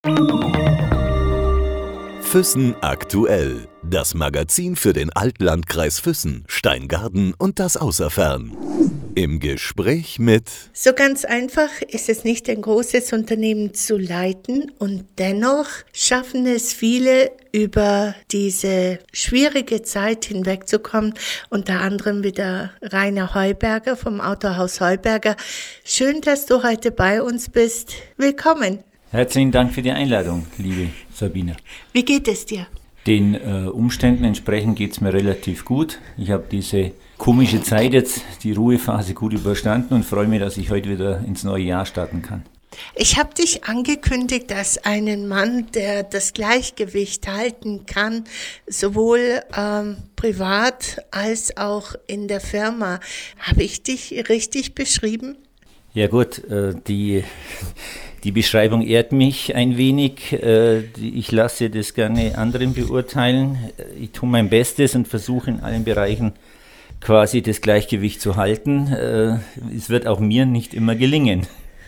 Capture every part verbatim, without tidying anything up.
Füssen aktuell. Das Magazin für den Altlandkreis Füssen, Steingarten und das Außerfern. Im Gespräch mit... So ganz einfach ist es nicht, ein großes Unternehmen zu leiten, und dennoch schaffen es viele, über diese schwierige Zeit hinwegzukommen. Unter anderem wieder Rainer Heuberger vom Autohaus Heuberger. Schön, dass du heute bei uns bist. Willkommen. Herzlichen Dank für die Einladung, liebe Sabine. Wie geht es dir? Den äh, Umständen entsprechend geht es mir relativ gut. Ich habe diese komische Zeit jetzt, die Ruhephase, gut überstanden und freue mich, dass ich heute wieder ins neue Jahr starten kann. Ich habe dich angekündigt als einen Mann, der das Gleichgewicht halten kann, sowohl ähm, privat als auch in der Firma. Habe ich dich richtig beschrieben? Ja gut, äh, die... Die Beschreibung ehrt mich ein wenig. Ich lasse das gerne anderen beurteilen. Ich tue mein Bestes und versuche in allen Bereichen quasi das Gleichgewicht zu halten. Es wird auch mir nicht immer gelingen.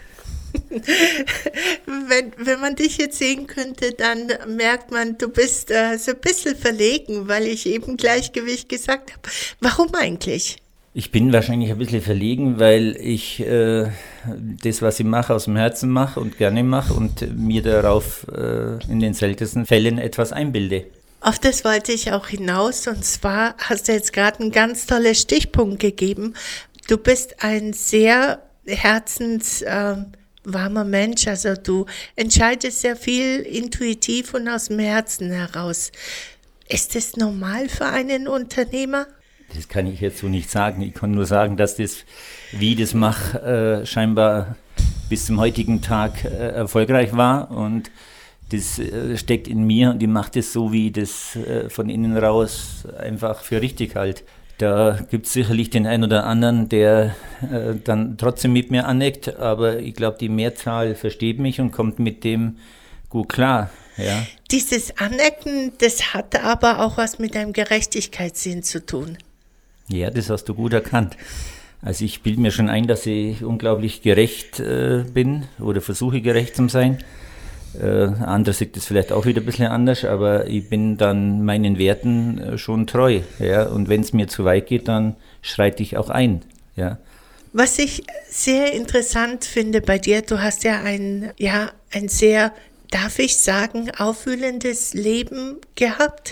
Wenn, wenn man dich jetzt sehen könnte, dann merkt man, du bist äh, so ein bisschen verlegen, weil ich eben Gleichgewicht gesagt habe. Warum eigentlich? Ich bin wahrscheinlich ein bisschen verlegen, weil ich äh, das, was ich mache, aus dem Herzen mache und gerne mache und mir darauf äh, in den seltensten Fällen etwas einbilde. Auf das wollte ich auch hinaus, und zwar hast du jetzt gerade einen ganz tollen Stichpunkt gegeben. Du bist ein sehr herzenswarmer äh, Mensch, also du entscheidest sehr viel intuitiv und aus dem Herzen heraus. Ist das normal für einen Unternehmer? Das kann ich jetzt so nicht sagen. Ich kann nur sagen, dass das, wie ich das mache, äh, scheinbar bis zum heutigen Tag äh, erfolgreich war. Und das äh, steckt in mir und ich mache das so, wie ich das äh, von innen raus einfach für richtig halte. Da gibt es sicherlich den einen oder anderen, der äh, dann trotzdem mit mir aneckt, aber ich glaube, die Mehrzahl versteht mich und kommt mit dem gut klar. Ja. Dieses Anecken, das hat aber auch was mit deinem Gerechtigkeitssinn zu tun. Ja, das hast du gut erkannt. Also ich bilde mir schon ein, dass ich unglaublich gerecht äh, bin oder versuche gerecht zu sein. Äh, andere sieht das vielleicht auch wieder ein bisschen anders, aber ich bin dann meinen Werten äh, schon treu. Ja? Und wenn es mir zu weit geht, dann schreite ich auch ein. Ja? Was ich sehr interessant finde bei dir, du hast ja ein, ja, ein sehr, darf ich sagen, aufwühlendes Leben gehabt.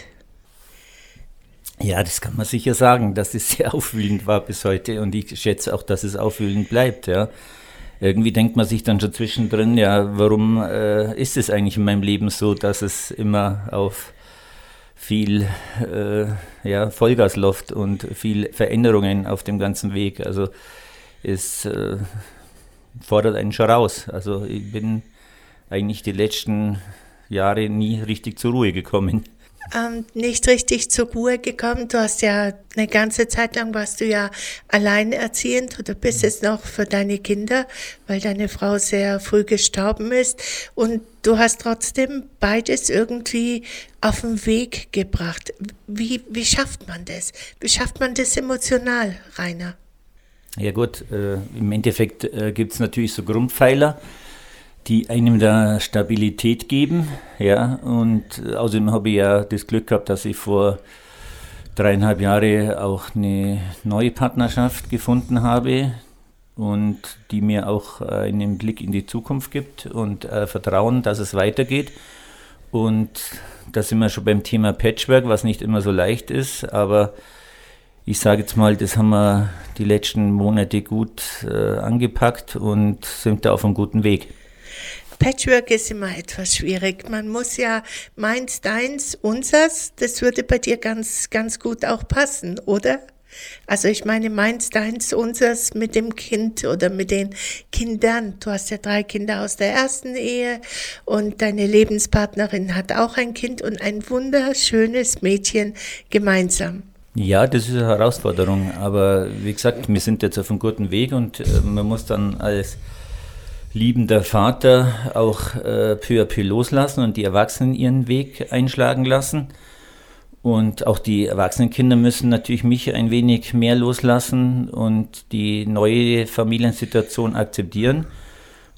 Ja, das kann man sicher sagen, dass es sehr aufwühlend war bis heute, und ich schätze auch, dass es aufwühlend bleibt. Ja. Irgendwie denkt man sich dann schon zwischendrin, ja, warum äh, ist es eigentlich in meinem Leben so, dass es immer auf viel äh, ja, Vollgas läuft und viel Veränderungen auf dem ganzen Weg. Also es äh, fordert einen schon raus. Also ich bin eigentlich die letzten Jahre nie richtig zur Ruhe gekommen. Ähm, nicht richtig zur Ruhe gekommen. Du hast ja eine ganze Zeit lang warst du ja alleinerziehend oder bist es noch für deine Kinder, weil deine Frau sehr früh gestorben ist, und du hast trotzdem beides irgendwie auf den Weg gebracht. Wie, wie schafft man das? Wie schafft man das emotional, Rainer? Ja gut, äh, im Endeffekt äh, gibt es natürlich so Grundpfeiler, die einem da Stabilität geben, ja, und außerdem habe ich ja das Glück gehabt, dass ich vor dreieinhalb Jahren auch eine neue Partnerschaft gefunden habe und die mir auch einen Blick in die Zukunft gibt und äh, Vertrauen, dass es weitergeht. Und da sind wir schon beim Thema Patchwork, was nicht immer so leicht ist, aber ich sage jetzt mal, das haben wir die letzten Monate gut äh, angepackt und sind da auf einem guten Weg. Patchwork ist immer etwas schwierig. Man muss ja meins, deins, unsers, das würde bei dir ganz, ganz gut auch passen, oder? Also ich meine meins, deins, unsers mit dem Kind oder mit den Kindern. Du hast ja drei Kinder aus der ersten Ehe und deine Lebenspartnerin hat auch ein Kind und ein wunderschönes Mädchen gemeinsam. Ja, das ist eine Herausforderung, aber wie gesagt, wir sind jetzt auf einem guten Weg und äh, man muss dann als liebender Vater auch äh, peu à peu loslassen und die Erwachsenen ihren Weg einschlagen lassen. Und auch die erwachsenen Kinder müssen natürlich mich ein wenig mehr loslassen und die neue Familiensituation akzeptieren.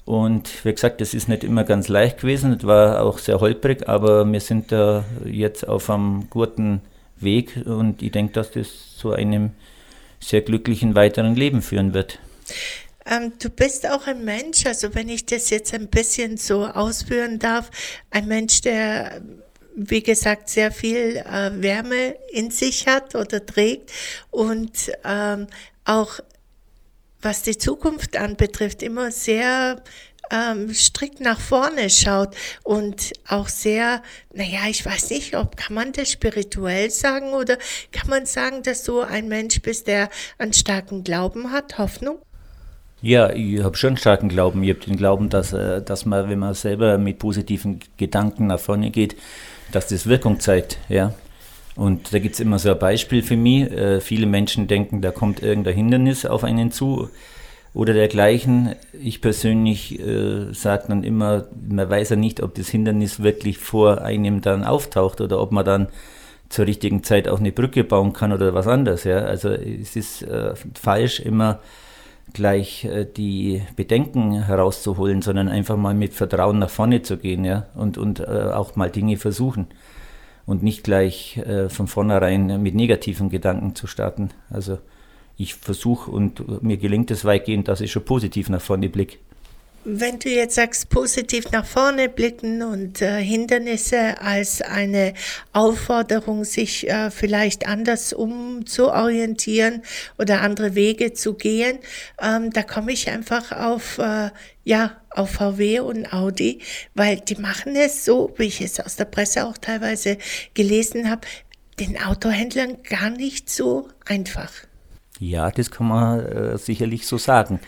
Und wie gesagt, das ist nicht immer ganz leicht gewesen, das war auch sehr holprig, aber wir sind da jetzt auf einem guten Weg und ich denke, dass das zu einem sehr glücklichen weiteren Leben führen wird. Ähm, du bist auch ein Mensch, also wenn ich das jetzt ein bisschen so ausführen darf, ein Mensch, der, wie gesagt, sehr viel äh, Wärme in sich hat oder trägt und ähm, auch was die Zukunft anbetrifft, immer sehr ähm, strikt nach vorne schaut und auch sehr, naja, ich weiß nicht, ob kann man das spirituell sagen oder kann man sagen, dass du ein Mensch bist, der einen starken Glauben hat, Hoffnung? Ja, ich habe schon starken Glauben. Ich habe den Glauben, dass, äh, dass man, wenn man selber mit positiven Gedanken nach vorne geht, dass das Wirkung zeigt, ja. Und da gibt es immer so ein Beispiel für mich. Äh, viele Menschen denken, da kommt irgendein Hindernis auf einen zu oder dergleichen. Ich persönlich äh, sage dann immer, man weiß ja nicht, ob das Hindernis wirklich vor einem dann auftaucht oder ob man dann zur richtigen Zeit auch eine Brücke bauen kann oder was anderes. Ja? Also es ist äh, falsch, immer gleich äh, die Bedenken herauszuholen, sondern einfach mal mit Vertrauen nach vorne zu gehen, ja? und, und äh, auch mal Dinge versuchen. Und nicht gleich äh, von vornherein mit negativen Gedanken zu starten. Also ich versuche und mir gelingt es weitgehend, dass ich schon positiv nach vorne blicke. Wenn du jetzt sagst, positiv nach vorne blicken und äh, Hindernisse als eine Aufforderung, sich äh, vielleicht anders umzuorientieren oder andere Wege zu gehen, ähm, da komme ich einfach auf, äh, ja, auf V W und Audi, weil die machen es so, wie ich es aus der Presse auch teilweise gelesen habe, den Autohändlern gar nicht so einfach. Ja, das kann man äh, sicherlich so sagen.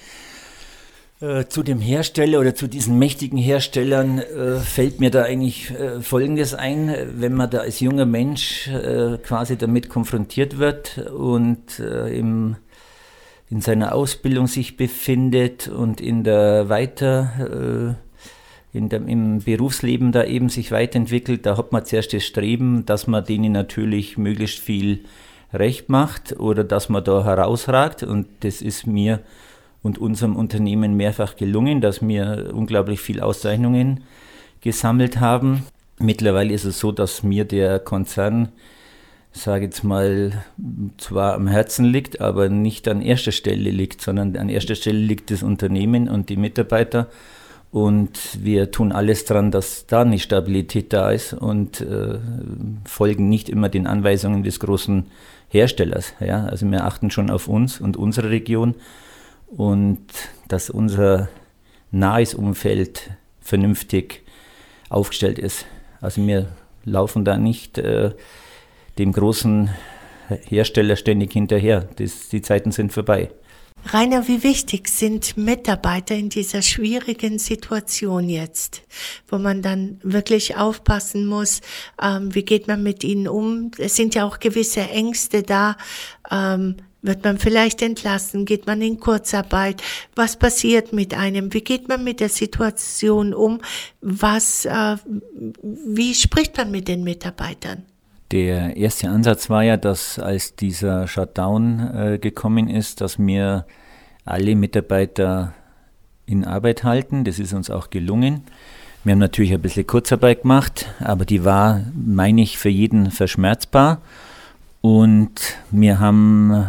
Zu dem Hersteller oder zu diesen mächtigen Herstellern äh, fällt mir da eigentlich äh, Folgendes ein, wenn man da als junger Mensch äh, quasi damit konfrontiert wird und äh, im, in seiner Ausbildung sich befindet und in der Weiter, äh, in der, im Berufsleben da eben sich weiterentwickelt, da hat man zuerst das Streben, dass man denen natürlich möglichst viel recht macht oder dass man da herausragt, und das ist mir und unserem Unternehmen mehrfach gelungen, dass wir unglaublich viel Auszeichnungen gesammelt haben. Mittlerweile ist es so, dass mir der Konzern, sage jetzt mal, zwar am Herzen liegt, aber nicht an erster Stelle liegt, sondern an erster Stelle liegt das Unternehmen und die Mitarbeiter. Und wir tun alles dran, dass da eine Stabilität da ist und äh, folgen nicht immer den Anweisungen des großen Herstellers. Ja? Also wir achten schon auf uns und unsere Region, und dass unser nahes Umfeld vernünftig aufgestellt ist. Also wir laufen da nicht äh, dem großen Hersteller ständig hinterher. Das, die Zeiten sind vorbei. Rainer, wie wichtig sind Mitarbeiter in dieser schwierigen Situation jetzt, wo man dann wirklich aufpassen muss, ähm, wie geht man mit ihnen um? Es sind ja auch gewisse Ängste da. Ähm, Wird man vielleicht entlassen? Geht man in Kurzarbeit? Was passiert mit einem? Wie geht man mit der Situation um? Was, äh, wie spricht man mit den Mitarbeitern? Der erste Ansatz war ja, dass als dieser Shutdown äh, gekommen ist, dass wir alle Mitarbeiter in Arbeit halten. Das ist uns auch gelungen. Wir haben natürlich ein bisschen Kurzarbeit gemacht, aber die war, meine ich, für jeden verschmerzbar. Und wir haben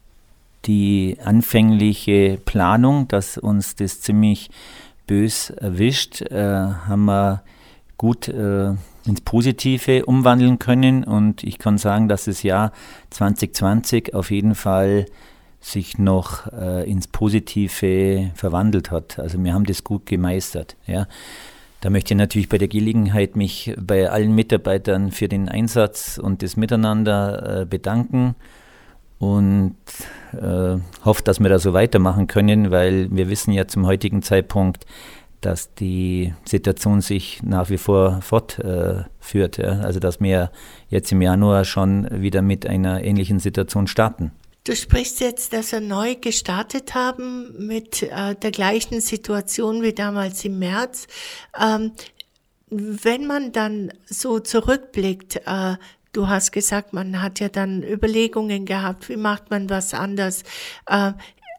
die anfängliche Planung, dass uns das ziemlich bös erwischt, äh, haben wir gut äh, ins Positive umwandeln können, und ich kann sagen, dass das Jahr zwanzig zwanzig auf jeden Fall sich noch äh, ins Positive verwandelt hat. Also wir haben das gut gemeistert. Ja. Da möchte ich natürlich bei der Gelegenheit mich bei allen Mitarbeitern für den Einsatz und das Miteinander äh, bedanken. Und äh, hoffe, dass wir da so weitermachen können, weil wir wissen ja zum heutigen Zeitpunkt, dass die Situation sich nach wie vor fortführt. Äh, ja? Also dass wir jetzt im Januar schon wieder mit einer ähnlichen Situation starten. Du sprichst jetzt, dass wir neu gestartet haben mit äh, der gleichen Situation wie damals im März. Ähm, wenn man dann so zurückblickt, äh, du hast gesagt, man hat ja dann Überlegungen gehabt, wie macht man was anders. Äh,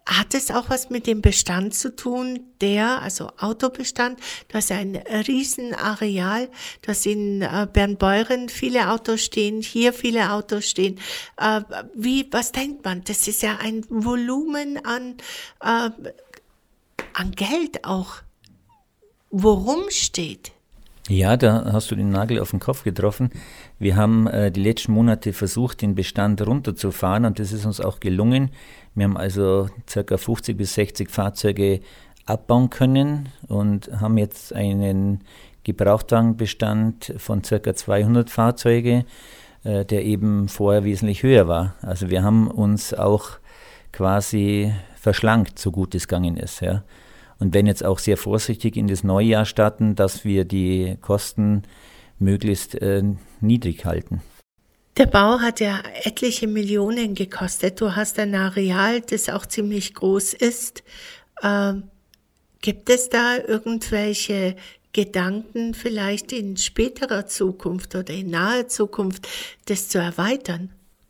Hat es auch was mit dem Bestand zu tun, der, also Autobestand, du hast ja ein Riesenareal, du hast in äh, Bernbeuren viele Autos stehen, hier viele Autos stehen. Äh, wie, was denkt man? Das ist ja ein Volumen an, äh, an Geld auch, worum steht. Ja, da hast du den Nagel auf den Kopf getroffen. Wir haben äh, die letzten Monate versucht, den Bestand runterzufahren und das ist uns auch gelungen. Wir haben also ca. fünfzig bis sechzig Fahrzeuge abbauen können und haben jetzt einen Gebrauchtwagenbestand von ca. zweihundert Fahrzeuge, äh, der eben vorher wesentlich höher war. Also wir haben uns auch quasi verschlankt, so gut es gegangen ist, ja. Und wenn jetzt auch sehr vorsichtig in das neue Jahr starten, dass wir die Kosten möglichst äh, niedrig halten. Der Bau hat ja etliche Millionen gekostet. Du hast ein Areal, das auch ziemlich groß ist. Ähm, gibt es da irgendwelche Gedanken vielleicht in späterer Zukunft oder in naher Zukunft, das zu erweitern?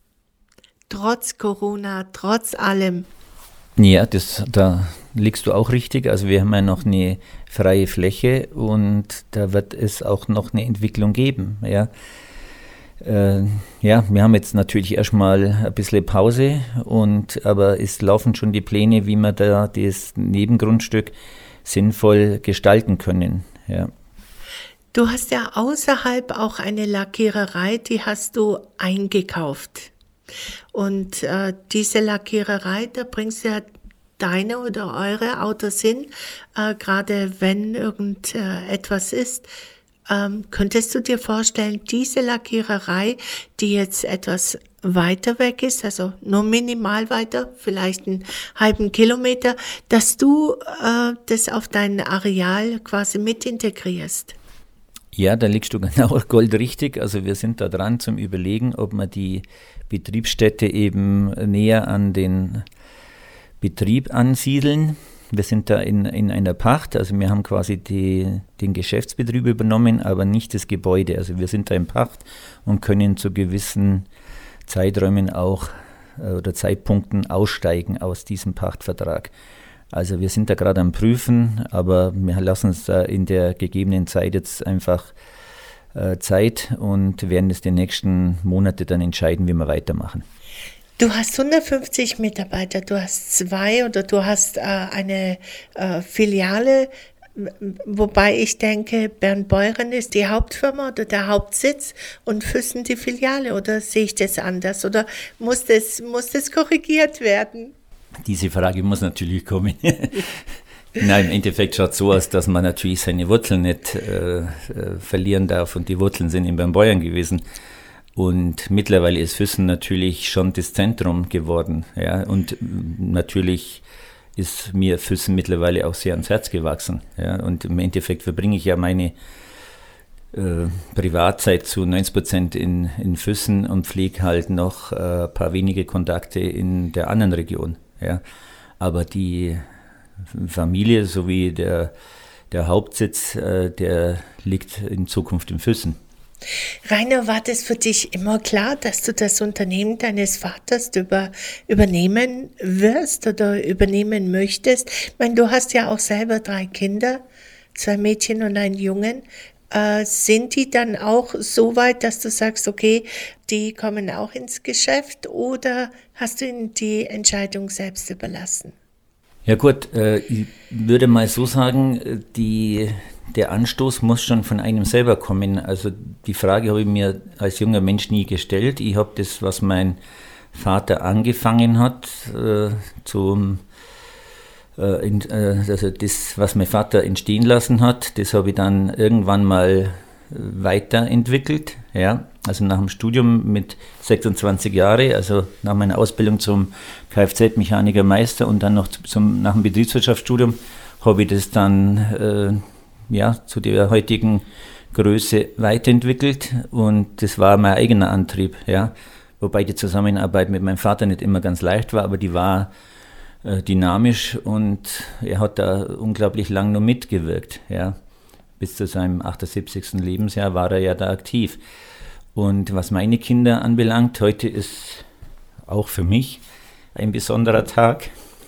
Trotz Corona, trotz allem. Ja, das, da liegst du auch richtig. Also wir haben ja noch eine freie Fläche und da wird es auch noch eine Entwicklung geben. Ja, äh, ja wir haben jetzt natürlich erstmal ein bisschen Pause, und aber es laufen schon die Pläne, wie wir da das Nebengrundstück sinnvoll gestalten können. Ja. Du hast ja außerhalb auch eine Lackiererei, die hast du eingekauft. Und äh, diese Lackiererei, da bringst du ja deine oder eure Autos hin, äh, gerade wenn irgendetwas äh, ist. Ähm, könntest du dir vorstellen, diese Lackiererei, die jetzt etwas weiter weg ist, also nur minimal weiter, vielleicht einen halben Kilometer, dass du äh, das auf dein Areal quasi mit integrierst? Ja, da liegst du genau goldrichtig. Also wir sind da dran zum Überlegen, ob man die Betriebsstätte eben näher an den Betrieb ansiedeln. Wir sind da in, in einer Pacht, also wir haben quasi die, den Geschäftsbetrieb übernommen, aber nicht das Gebäude. Also wir sind da in Pacht und können zu gewissen Zeiträumen auch äh, oder Zeitpunkten aussteigen aus diesem Pachtvertrag. Also wir sind da gerade am Prüfen, aber wir lassen uns da in der gegebenen Zeit jetzt einfach äh, Zeit und werden es die nächsten Monate dann entscheiden, wie wir weitermachen. Du hast hundertfünfzig Mitarbeiter, du hast zwei oder du hast äh, eine äh, Filiale, wobei ich denke, Bernbeuren ist die Hauptfirma oder der Hauptsitz und Füssen die Filiale, oder sehe ich das anders oder muss das, muss das korrigiert werden? Diese Frage muss natürlich kommen. Nein, im Endeffekt schaut es so aus, dass man natürlich seine Wurzeln nicht äh, äh, verlieren darf, und die Wurzeln sind in Bernbeuren gewesen. Und mittlerweile ist Füssen natürlich schon das Zentrum geworden. Ja, und natürlich ist mir Füssen mittlerweile auch sehr ans Herz gewachsen. Ja, und im Endeffekt verbringe ich ja meine äh, Privatzeit zu neunzig Prozent in, in Füssen und pflege halt noch äh, ein paar wenige Kontakte in der anderen Region. Ja, aber die Familie sowie der, der Hauptsitz, äh, der liegt in Zukunft in Füssen. Rainer, war das für dich immer klar, dass du das Unternehmen deines Vaters über, übernehmen wirst oder übernehmen möchtest? Ich meine, du hast ja auch selber drei Kinder, zwei Mädchen und einen Jungen. Äh, sind die dann auch so weit, dass du sagst, okay, die kommen auch ins Geschäft, oder hast du ihnen die Entscheidung selbst überlassen? Ja gut, äh, ich würde mal so sagen, die, der Anstoß muss schon von einem selber kommen. Also die Frage habe ich mir als junger Mensch nie gestellt. Ich habe das, was mein Vater angefangen hat, äh, zum äh, in, äh, also das, was mein Vater entstehen lassen hat, das habe ich dann irgendwann mal weiterentwickelt. Ja, also nach dem Studium mit sechsundzwanzig Jahren, also nach meiner Ausbildung zum Kfz-Mechaniker-Meister und dann noch zum, nach dem Betriebswirtschaftsstudium habe ich das dann äh, ja, zu der heutigen Größe weiterentwickelt, und das war mein eigener Antrieb. Ja, wobei die Zusammenarbeit mit meinem Vater nicht immer ganz leicht war, aber die war äh, dynamisch, und er hat da unglaublich lang nur mitgewirkt. Ja. Bis zu seinem achtundsiebzigsten Lebensjahr war er ja da aktiv. Und was meine Kinder anbelangt, heute ist auch für mich ein besonderer Tag.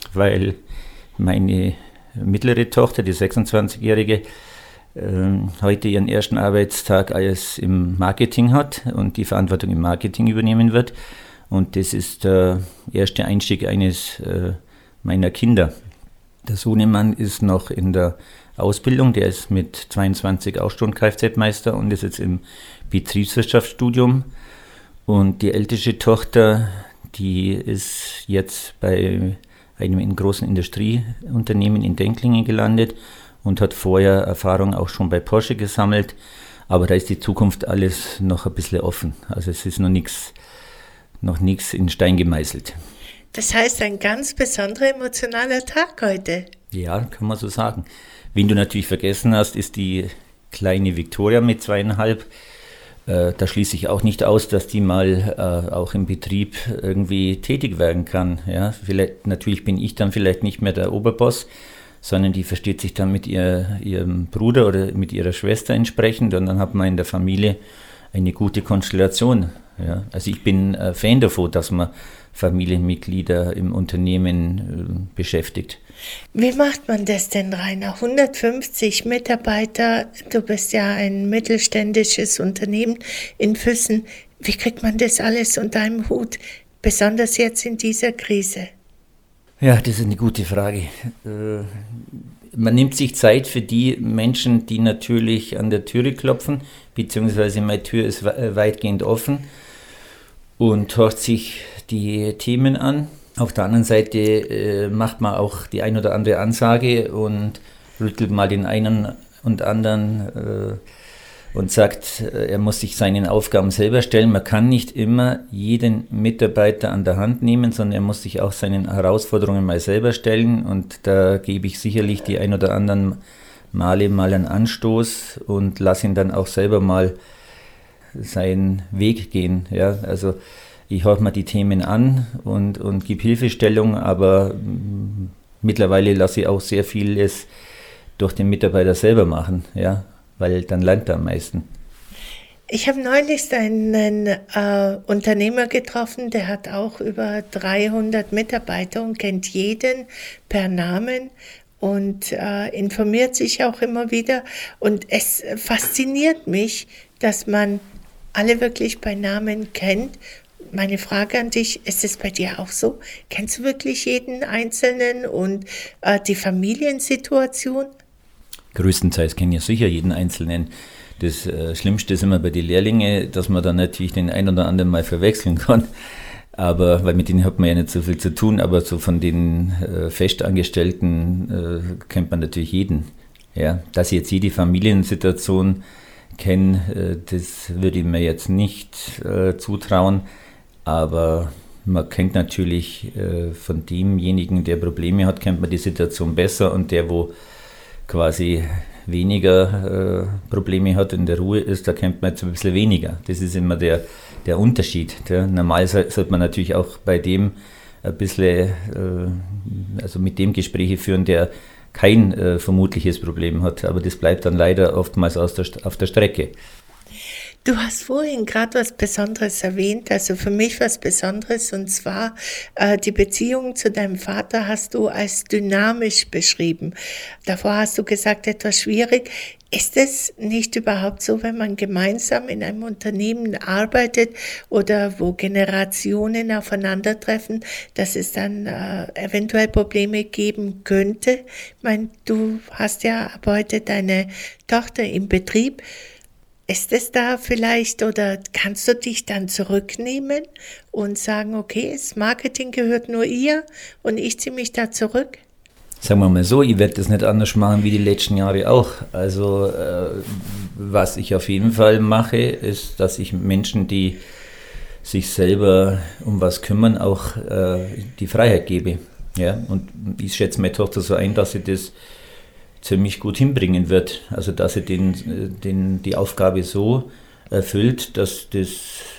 weil meine mittlere Tochter, die sechsundzwanzigjährige, äh, heute ihren ersten Arbeitstag als im Marketing hat und die Verantwortung im Marketing übernehmen wird. Und das ist der erste Einstieg eines äh, meiner Kinder. Der Sohnemann ist noch in der Ausbildung, der ist mit zweiundzwanzig auch schon Kfz-Meister und ist jetzt im Betriebswirtschaftsstudium. Und die älteste Tochter, die ist jetzt bei einem großen Industrieunternehmen in Denklingen gelandet und hat vorher Erfahrung auch schon bei Porsche gesammelt. Aber da ist die Zukunft alles noch ein bisschen offen. Also es ist noch nichts noch nichts in Stein gemeißelt. Das heißt, ein ganz besonderer emotionaler Tag heute. Ja, kann man so sagen. Wen du natürlich vergessen hast, ist die kleine Viktoria mit zweieinhalb. Äh, da schließe ich auch nicht aus, dass die mal äh, auch im Betrieb irgendwie tätig werden kann. Ja, vielleicht, natürlich bin ich dann vielleicht nicht mehr der Oberboss, sondern die versteht sich dann mit ihr, ihrem Bruder oder mit ihrer Schwester entsprechend und dann hat man in der Familie eine gute Konstellation. Ja, also ich bin äh, Fan davon, dass man Familienmitglieder im Unternehmen äh, beschäftigt. Wie macht man das denn, Rainer? hundertfünfzig Mitarbeiter, du bist ja ein mittelständisches Unternehmen in Füssen. Wie kriegt man das alles unter einem Hut, besonders jetzt in dieser Krise? Ja, das ist eine gute Frage. Äh, man nimmt sich Zeit für die Menschen, die natürlich an der Türe klopfen, beziehungsweise meine Tür ist weitgehend offen und hört sich die Themen an. Auf der anderen Seite äh, macht man auch die ein oder andere Ansage und rüttelt mal den einen und anderen äh, und sagt, äh, er muss sich seinen Aufgaben selber stellen. Man kann nicht immer jeden Mitarbeiter an der Hand nehmen, sondern er muss sich auch seinen Herausforderungen mal selber stellen und da gebe ich sicherlich die ein oder anderen Male mal einen Anstoß und lasse ihn dann auch selber mal seinen Weg gehen. Ja, also ich höre mir die Themen an und, und gebe Hilfestellung, aber m, mittlerweile lasse ich auch sehr vieles durch den Mitarbeiter selber machen, ja, weil dann lernt er am meisten. Ich habe neulich einen äh, Unternehmer getroffen, der hat auch über dreihundert Mitarbeiter und kennt jeden per Namen und äh, informiert sich auch immer wieder. Und es fasziniert mich, dass man alle wirklich bei Namen kennt. Meine Frage an dich, ist es bei dir auch so? Kennst du wirklich jeden Einzelnen und äh, die Familiensituation? Größtenteils kenne ich sicher jeden Einzelnen. Das äh, Schlimmste ist immer bei den Lehrlingen, dass man dann natürlich den einen oder anderen mal verwechseln kann. Aber, weil mit denen hat man ja nicht so viel zu tun, aber so von den äh, Festangestellten äh, kennt man natürlich jeden. Ja, dass ich jetzt jede Familiensituation kenne, äh, das würde ich mir jetzt nicht äh, zutrauen. Aber man kennt natürlich äh, von demjenigen, der Probleme hat, kennt man die Situation besser und der, wo quasi weniger äh, Probleme hat, in der Ruhe ist, da kennt man jetzt ein bisschen weniger. Das ist immer der, der Unterschied. Ja. Normal sollte man natürlich auch bei dem ein bisschen, äh, also mit dem Gespräche führen, der kein äh, vermutliches Problem hat, aber das bleibt dann leider oftmals aus der, auf der Strecke. Du hast vorhin gerade was Besonderes erwähnt, also für mich was Besonderes, und zwar äh, die Beziehung zu deinem Vater hast du als dynamisch beschrieben. Davor hast du gesagt, etwas schwierig. Ist es nicht überhaupt so, wenn man gemeinsam in einem Unternehmen arbeitet oder wo Generationen aufeinandertreffen, dass es dann äh, eventuell Probleme geben könnte? Ich meine, du hast ja ab heute deine Tochter im Betrieb. Ist es da vielleicht oder kannst du dich dann zurücknehmen und sagen, okay, das Marketing gehört nur ihr und ich ziehe mich da zurück? Sagen wir mal so, ich werde das nicht anders machen wie die letzten Jahre auch. Also äh, was ich auf jeden Fall mache, ist, dass ich Menschen, die sich selber um was kümmern, auch äh, die Freiheit gebe. Ja? Und ich schätze meine Tochter so ein, dass sie das ziemlich gut hinbringen wird. Also dass sie den, den, die Aufgabe so erfüllt, dass das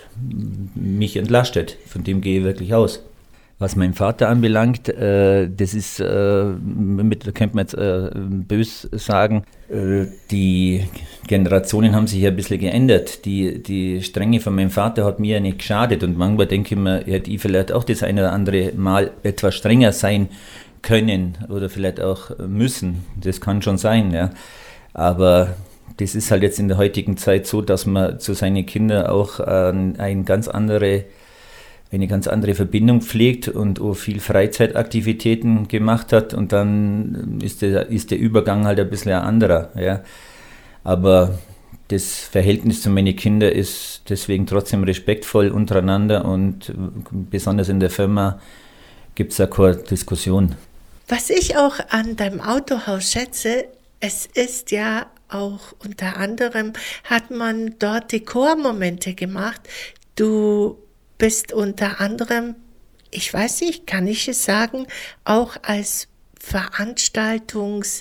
mich entlastet. Von dem gehe ich wirklich aus. Was meinen Vater anbelangt, äh, das ist, äh, mit, da könnte man jetzt äh, bös sagen, äh, die Generationen haben sich ja ein bisschen geändert. Die, die Strenge von meinem Vater hat mir ja nicht geschadet und manchmal denke ich mir, hätte ich vielleicht auch das eine oder andere Mal etwas strenger sein können oder vielleicht auch müssen. Das kann schon sein, ja. Aber das ist halt jetzt in der heutigen Zeit so, dass man zu seinen Kindern auch äh, ein ganz andere, eine ganz andere Verbindung pflegt und auch viel Freizeitaktivitäten gemacht hat und dann ist der, ist der Übergang halt ein bisschen ein anderer. Ja. Aber das Verhältnis zu meinen Kindern ist deswegen trotzdem respektvoll untereinander und besonders in der Firma gibt es da keine Diskussion. Was ich auch an deinem Autohaus schätze, es ist ja auch unter anderem, hat man dort Dekormomente gemacht. Du bist unter anderem, ich weiß nicht, kann ich es sagen, auch als Veranstaltungshaus,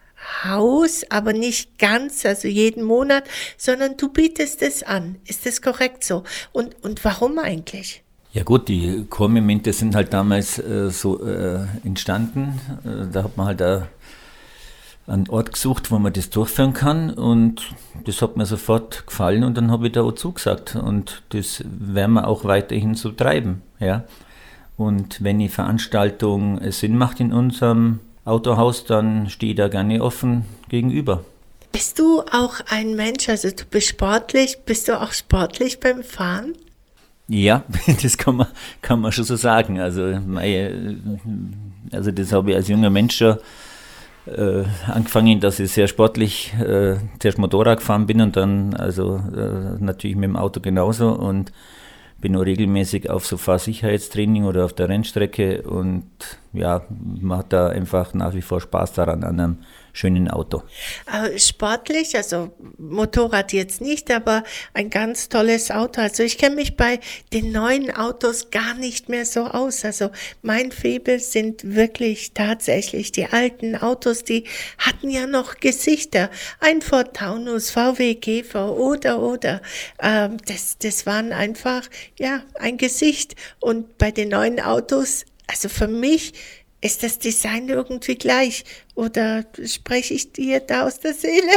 aber nicht ganz, also jeden Monat, sondern du bietest es an. Ist das korrekt so? Und, und warum eigentlich? Ja gut, die Chormomente sind halt damals äh, so äh, entstanden. Äh, da hat man halt da einen Ort gesucht, wo man das durchführen kann und das hat mir sofort gefallen und dann habe ich da auch zugesagt und das werden wir auch weiterhin so treiben. Ja. Und wenn die Veranstaltung Sinn macht in unserem Autohaus, dann stehe ich da gerne offen gegenüber. Bist du auch ein Mensch, also du bist sportlich, bist du auch sportlich beim Fahren? Ja, das kann man, kann man schon so sagen. Also, meine, also das habe ich als junger Mensch schon Äh, angefangen, dass ich sehr sportlich äh, zuerst Motorrad gefahren bin und dann also äh, natürlich mit dem Auto genauso und bin auch regelmäßig auf so Fahrsicherheitstraining oder auf der Rennstrecke und ja, man hat da einfach nach wie vor Spaß daran an einem schönen Auto. Sportlich, also Motorrad jetzt nicht, aber ein ganz tolles Auto. Also ich kenne mich bei den neuen Autos gar nicht mehr so aus. Also mein Faible sind wirklich tatsächlich die alten Autos, die hatten ja noch Gesichter. Ein Ford Taunus, V W Käfer oder, oder. Ähm, das, das waren einfach, ja, ein Gesicht. Und bei den neuen Autos, also für mich ist das Design irgendwie gleich? Oder spreche ich dir da aus der Seele?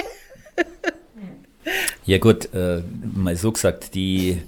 Ja gut, äh, mal so gesagt, die,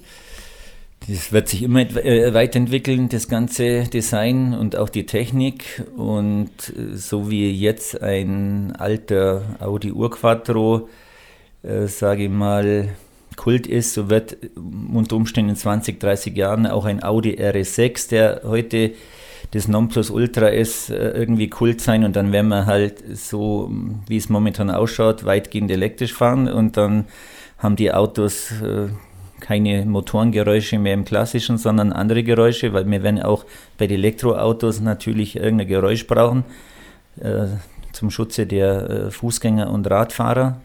das wird sich immer äh, weiterentwickeln, das ganze Design und auch die Technik. Und äh, so wie jetzt ein alter Audi Urquattro, äh, sage ich mal, Kult ist, so wird unter Umständen in zwanzig, dreißig Jahren auch ein Audi R S sechs, der heute das Nonplusultra ist, irgendwie Kult sein und dann werden wir halt so, wie es momentan ausschaut, weitgehend elektrisch fahren und dann haben die Autos äh, keine Motorengeräusche mehr im Klassischen, sondern andere Geräusche, weil wir werden auch bei den Elektroautos natürlich irgendein Geräusch brauchen äh, zum Schutze der äh, Fußgänger und Radfahrer.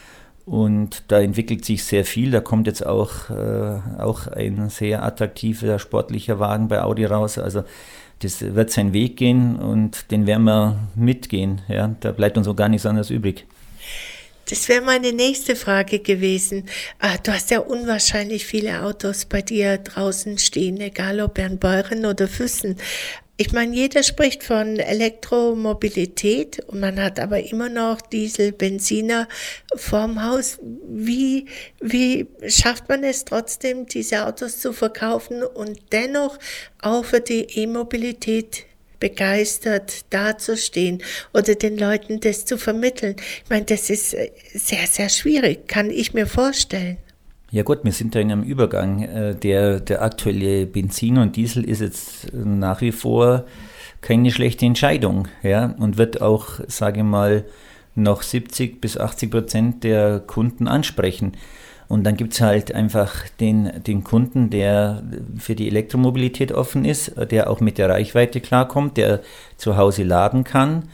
Und da entwickelt sich sehr viel, da kommt jetzt auch, äh, auch ein sehr attraktiver sportlicher Wagen bei Audi raus, also das wird seinen Weg gehen und den werden wir mitgehen. Ja? Da bleibt uns auch gar nichts anderes übrig. Das wäre meine nächste Frage gewesen. Du hast ja unwahrscheinlich viele Autos bei dir draußen stehen, egal ob in Beuren oder Füssen. Ich meine, jeder spricht von Elektromobilität und man hat aber immer noch Diesel, Benziner vorm Haus. Wie, wie schafft man es trotzdem, diese Autos zu verkaufen und dennoch auch für die E-Mobilität begeistert dazustehen oder den Leuten das zu vermitteln? Ich meine, das ist sehr, sehr schwierig, kann ich mir vorstellen. Ja gut, wir sind da in einem Übergang. Der, der aktuelle Benzin und Diesel ist jetzt nach wie vor keine schlechte Entscheidung, ja, und wird auch, sage ich mal, noch siebzig bis achtzig Prozent der Kunden ansprechen. Und dann gibt es halt einfach den, den Kunden, der für die Elektromobilität offen ist, der auch mit der Reichweite klarkommt, der zu Hause laden kann.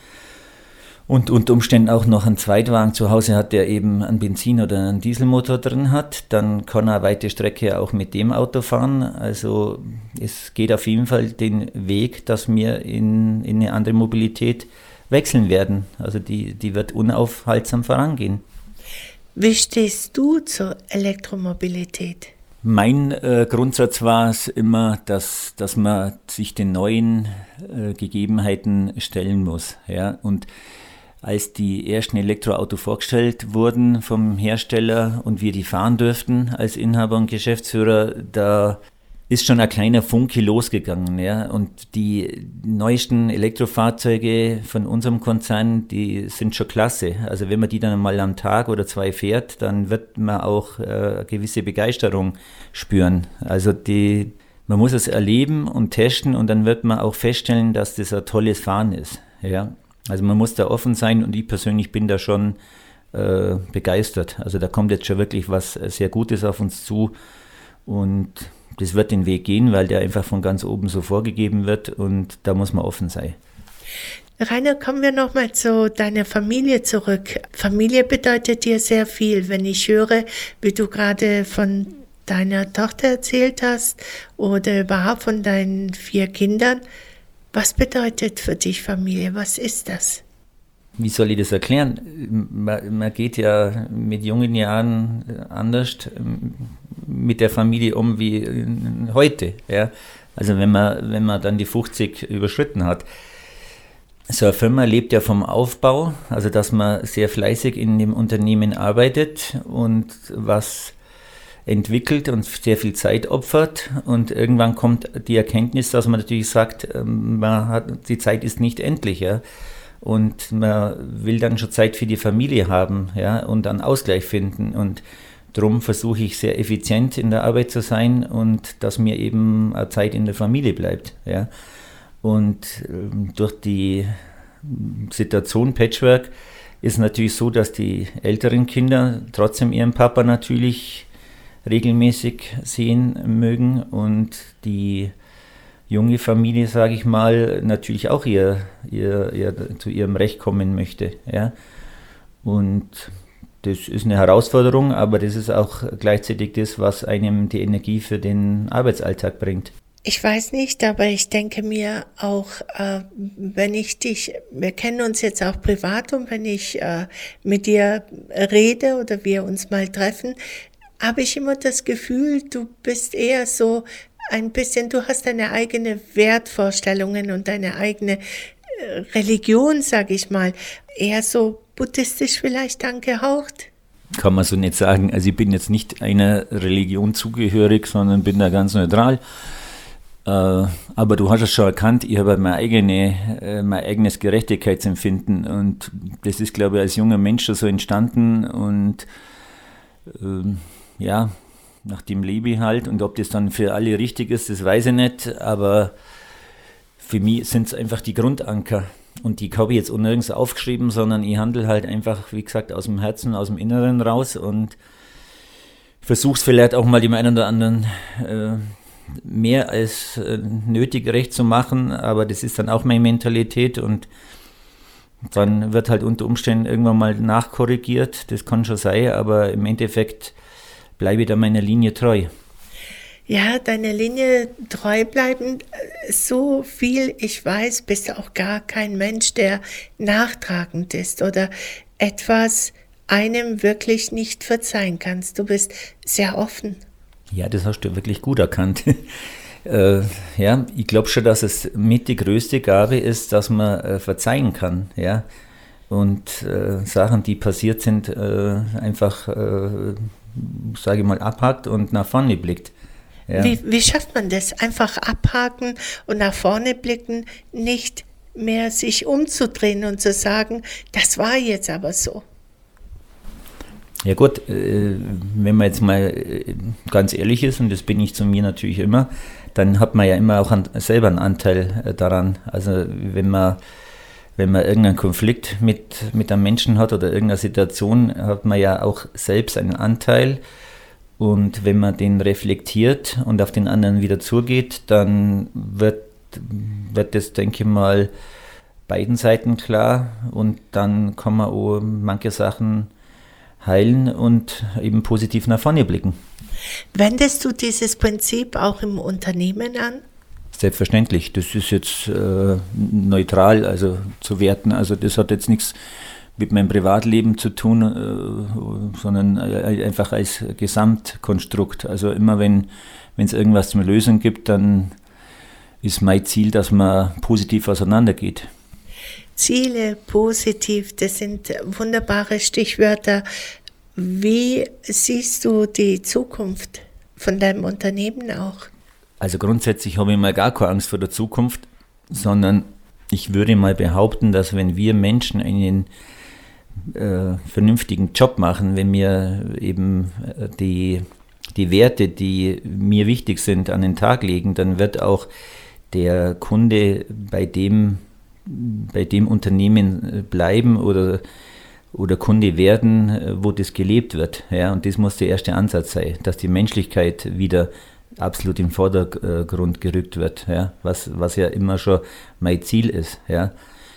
Und unter Umständen auch noch einen Zweitwagen zu Hause hat, der eben einen Benzin- oder einen Dieselmotor drin hat, dann kann er weite Strecke auch mit dem Auto fahren. Also es geht auf jeden Fall den Weg, dass wir in, in eine andere Mobilität wechseln werden. Also die, die wird unaufhaltsam vorangehen. Wie stehst du zur Elektromobilität? Mein äh, Grundsatz war es immer, dass, dass man sich den neuen äh, Gegebenheiten stellen muss. Ja? Und als die ersten Elektroautos vorgestellt wurden vom Hersteller und wir die fahren dürften als Inhaber und Geschäftsführer, da ist schon ein kleiner Funke losgegangen. Ja? Und die neuesten Elektrofahrzeuge von unserem Konzern, die sind schon klasse. Also wenn man die dann mal am Tag oder zwei fährt, dann wird man auch äh, eine gewisse Begeisterung spüren. Also die, man muss es erleben und testen und dann wird man auch feststellen, dass das ein tolles Fahren ist. Ja? Also man muss da offen sein und ich persönlich bin da schon äh, begeistert. Also da kommt jetzt schon wirklich was sehr Gutes auf uns zu und das wird den Weg gehen, weil der einfach von ganz oben so vorgegeben wird und da muss man offen sein. Rainer, kommen wir nochmal zu deiner Familie zurück. Familie bedeutet dir sehr viel, wenn ich höre, wie du gerade von deiner Tochter erzählt hast oder überhaupt von deinen vier Kindern. Was bedeutet für dich Familie? Was ist das? Wie soll ich das erklären? Man, man geht ja mit jungen Jahren anders mit der Familie um wie heute. Ja? Also wenn man, wenn man dann die fünfzig überschritten hat. So eine Firma lebt ja vom Aufbau, also dass man sehr fleißig in dem Unternehmen arbeitet und was entwickelt und sehr viel Zeit opfert und irgendwann kommt die Erkenntnis, dass man natürlich sagt, man hat, die Zeit ist nicht endlich, ja. Und man will dann schon Zeit für die Familie haben, ja, und einen Ausgleich finden. Und darum versuche ich sehr effizient in der Arbeit zu sein und dass mir eben eine Zeit in der Familie bleibt, ja. Und ähm, durch die Situation Patchwork ist natürlich so, dass die älteren Kinder trotzdem ihren Papa natürlich regelmäßig sehen mögen und die junge Familie, sage ich mal, natürlich auch ihr, ihr, ihr, zu ihrem Recht kommen möchte. Ja? Und das ist eine Herausforderung, aber das ist auch gleichzeitig das, was einem die Energie für den Arbeitsalltag bringt. Ich weiß nicht, aber ich denke mir auch, äh, wenn ich dich, wir kennen uns jetzt auch privat und wenn ich äh, mit dir rede oder wir uns mal treffen, habe ich immer das Gefühl, du bist eher so ein bisschen, du hast deine eigene Wertvorstellungen und deine eigene Religion, sage ich mal, eher so buddhistisch vielleicht angehaucht? Kann man so nicht sagen. Also ich bin jetzt nicht einer Religion zugehörig, sondern bin da ganz neutral. Äh, aber du hast es schon erkannt, ich habe mein, eigene, äh, mein eigenes Gerechtigkeitsempfinden und das ist, glaube ich, als junger Mensch schon so entstanden und äh, ja, nach dem lebe ich halt und ob das dann für alle richtig ist, das weiß ich nicht, aber für mich sind es einfach die Grundanker und die habe ich jetzt auch nirgends aufgeschrieben, sondern ich handle halt einfach, wie gesagt, aus dem Herzen, aus dem Inneren raus und versuche es vielleicht auch mal dem einen oder anderen äh, mehr als äh, nötig recht zu machen, aber das ist dann auch meine Mentalität und dann wird halt unter Umständen irgendwann mal nachkorrigiert, das kann schon sein, aber im Endeffekt bleibe ich da meiner Linie treu. Ja, deiner Linie treu bleiben, so viel ich weiß, bist du auch gar kein Mensch, der nachtragend ist oder etwas einem wirklich nicht verzeihen kannst. Du bist sehr offen. Ja, das hast du wirklich gut erkannt. äh, ja, ich glaube schon, dass es mit die größte Gabe ist, dass man äh, verzeihen kann, ja. Und äh, Sachen, die passiert sind, äh, einfach, äh, sage ich mal, abhakt und nach vorne blickt. Ja. Wie, wie schafft man das? Einfach abhaken und nach vorne blicken, nicht mehr sich umzudrehen und zu sagen, das war jetzt aber so. Ja gut, äh, wenn man jetzt mal äh, ganz ehrlich ist, und das bin ich zu mir natürlich immer, dann hat man ja immer auch an, selber einen Anteil äh, daran. Also wenn man Wenn man irgendeinen Konflikt mit, mit einem Menschen hat oder irgendeiner Situation, hat man ja auch selbst einen Anteil. Und wenn man den reflektiert und auf den anderen wieder zugeht, dann wird, wird das, denke ich mal, beiden Seiten klar. Und dann kann man auch manche Sachen heilen und eben positiv nach vorne blicken. Wendest du dieses Prinzip auch im Unternehmen an? Selbstverständlich, das ist jetzt äh, neutral, also zu werten, also das hat jetzt nichts mit meinem Privatleben zu tun, äh, sondern äh, einfach als Gesamtkonstrukt. Also immer wenn es irgendwas zum Lösen gibt, dann ist mein Ziel, dass man positiv auseinandergeht. Ziele, positiv, das sind wunderbare Stichwörter. Wie siehst du die Zukunft von deinem Unternehmen auch? Also grundsätzlich habe ich mal gar keine Angst vor der Zukunft, sondern ich würde mal behaupten, dass wenn wir Menschen einen äh, vernünftigen Job machen, wenn wir eben äh, die, die Werte, die mir wichtig sind, an den Tag legen, dann wird auch der Kunde bei dem, bei dem Unternehmen bleiben oder, oder Kunde werden, wo das gelebt wird. Ja, und das muss der erste Ansatz sein, dass die Menschlichkeit wieder absolut im Vordergrund gerückt wird, ja, was, was ja immer schon mein Ziel ist. Ja.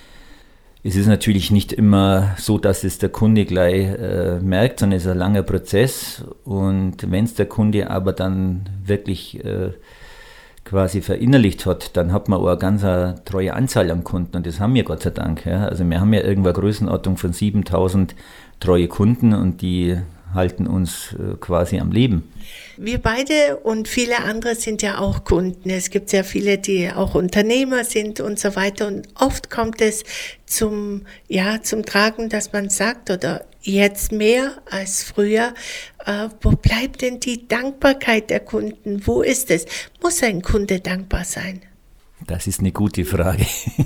Es ist natürlich nicht immer so, dass es der Kunde gleich äh, merkt, sondern es ist ein langer Prozess, und wenn es der Kunde aber dann wirklich äh, quasi verinnerlicht hat, dann hat man auch eine ganz eine treue Anzahl an Kunden, und das haben wir Gott sei Dank. Ja. Also wir haben ja irgendwo eine Größenordnung von siebentausend treue Kunden, und die halten uns äh, quasi am Leben. Wir beide und viele andere sind ja auch Kunden. Es gibt sehr viele, die auch Unternehmer sind und so weiter. Und oft kommt es zum, ja, zum Tragen, dass man sagt, oder jetzt mehr als früher, äh, wo bleibt denn die Dankbarkeit der Kunden? Wo ist es? Muss ein Kunde dankbar sein? Das ist eine gute Frage.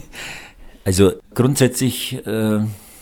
Also grundsätzlich äh,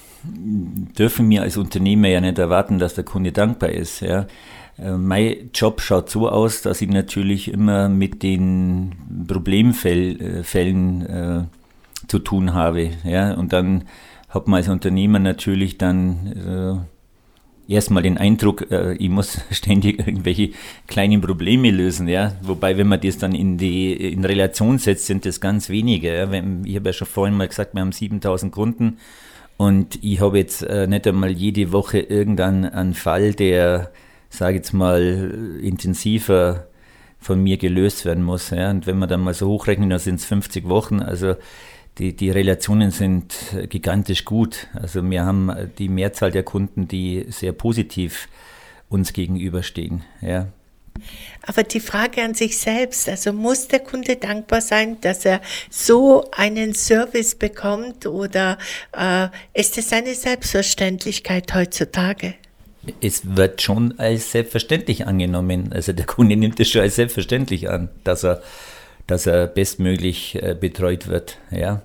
dürfen wir als Unternehmer ja nicht erwarten, dass der Kunde dankbar ist. Ja. Mein Job schaut so aus, dass ich natürlich immer mit den Problemfällen äh, zu tun habe. Ja? Und dann hat man als Unternehmer natürlich dann äh, erstmal den Eindruck, äh, ich muss ständig irgendwelche kleinen Probleme lösen. Ja? Wobei, wenn man das dann in die in Relation setzt, sind das ganz wenige. Ja? Wenn, ich habe ja schon vorhin mal gesagt, wir haben siebentausend Kunden, und ich habe jetzt äh, nicht einmal jede Woche irgendeinen Fall, der, sage ich jetzt mal, intensiver von mir gelöst werden muss. Ja. Und wenn man dann mal so hochrechnet, dann sind es fünfzig Wochen. Also die, die Relationen sind gigantisch gut. Also wir haben die Mehrzahl der Kunden, die sehr positiv uns gegenüberstehen. Ja. Aber die Frage an sich selbst, also muss der Kunde dankbar sein, dass er so einen Service bekommt, oder äh, ist es eine Selbstverständlichkeit heutzutage? Es wird schon als selbstverständlich angenommen. Also der Kunde nimmt es schon als selbstverständlich an, dass er, dass er bestmöglich äh, betreut wird. Ja.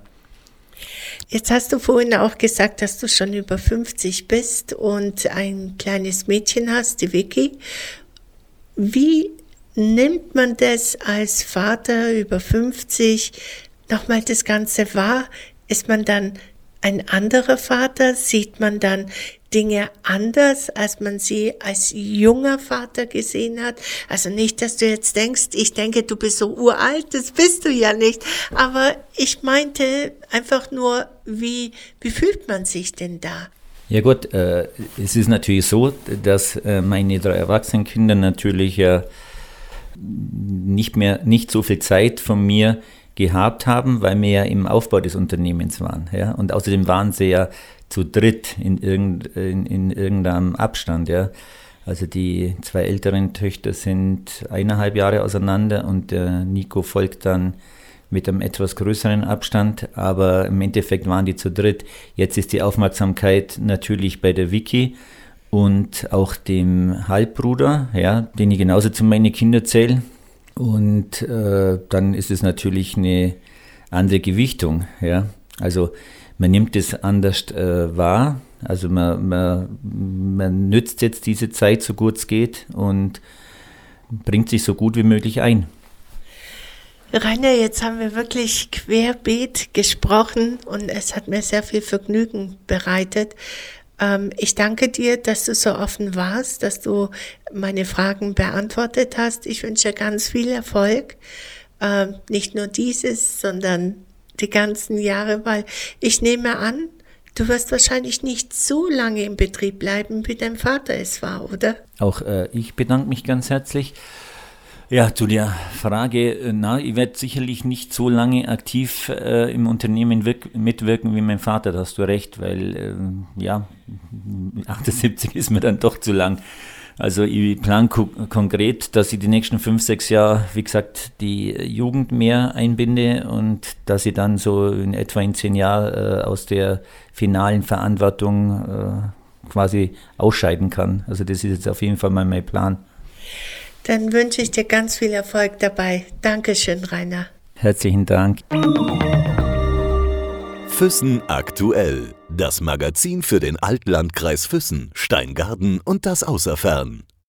Jetzt hast du vorhin auch gesagt, dass du schon über fünfzig bist und ein kleines Mädchen hast, die Vicky. Wie nimmt man das als Vater über fünfzig nochmal das Ganze wahr? Ist man dann ein anderer Vater? Sieht man dann Dinge anders, als man sie als junger Vater gesehen hat? Also nicht, dass du jetzt denkst, ich denke, du bist so uralt, das bist du ja nicht. Aber ich meinte einfach nur, wie, wie fühlt man sich denn da? Ja gut, äh, es ist natürlich so, dass äh, meine drei Erwachsenenkinder natürlich ja nicht mehr, nicht so viel Zeit von mir gehabt haben, weil wir ja im Aufbau des Unternehmens waren. Ja? Und außerdem waren sie ja zu dritt in, irgend, in, in irgendeinem Abstand. Ja? Also die zwei älteren Töchter sind eineinhalb Jahre auseinander, und der Nico folgt dann mit einem etwas größeren Abstand, aber im Endeffekt waren die zu dritt. Jetzt ist die Aufmerksamkeit natürlich bei der Vicky und auch dem Halbbruder, ja, den ich genauso zu meinen Kindern zähle. Und äh, dann ist es natürlich eine andere Gewichtung. Ja. Also man nimmt es anders äh, wahr. Also man, man, man nützt jetzt diese Zeit so gut es geht und bringt sich so gut wie möglich ein. Rainer, jetzt haben wir wirklich querbeet gesprochen und es hat mir sehr viel Vergnügen bereitet. Ähm, ich danke dir, dass du so offen warst, dass du meine Fragen beantwortet hast. Ich wünsche ganz viel Erfolg. Ähm, nicht nur dieses, sondern die ganzen Jahre, weil ich nehme an, du wirst wahrscheinlich nicht so lange im Betrieb bleiben, wie dein Vater es war, oder? Auch äh, ich bedanke mich ganz herzlich. Ja, zu der Frage, na, ich werde sicherlich nicht so lange aktiv äh, im Unternehmen wirk- mitwirken wie mein Vater, da hast du recht, weil, äh, ja, achtundsiebzig ist mir dann doch zu lang. Also ich plane ko- konkret, dass ich die nächsten fünf, sechs Jahre, wie gesagt, die Jugend mehr einbinde und dass ich dann so in etwa in zehn Jahren äh, aus der finalen Verantwortung äh, quasi ausscheiden kann. Also das ist jetzt auf jeden Fall mal mein Plan. Dann wünsche ich dir ganz viel Erfolg dabei. Dankeschön, Rainer. Herzlichen Dank. Füssen aktuell. Das Magazin für den Altlandkreis Füssen, Steingarten und das Außerfern.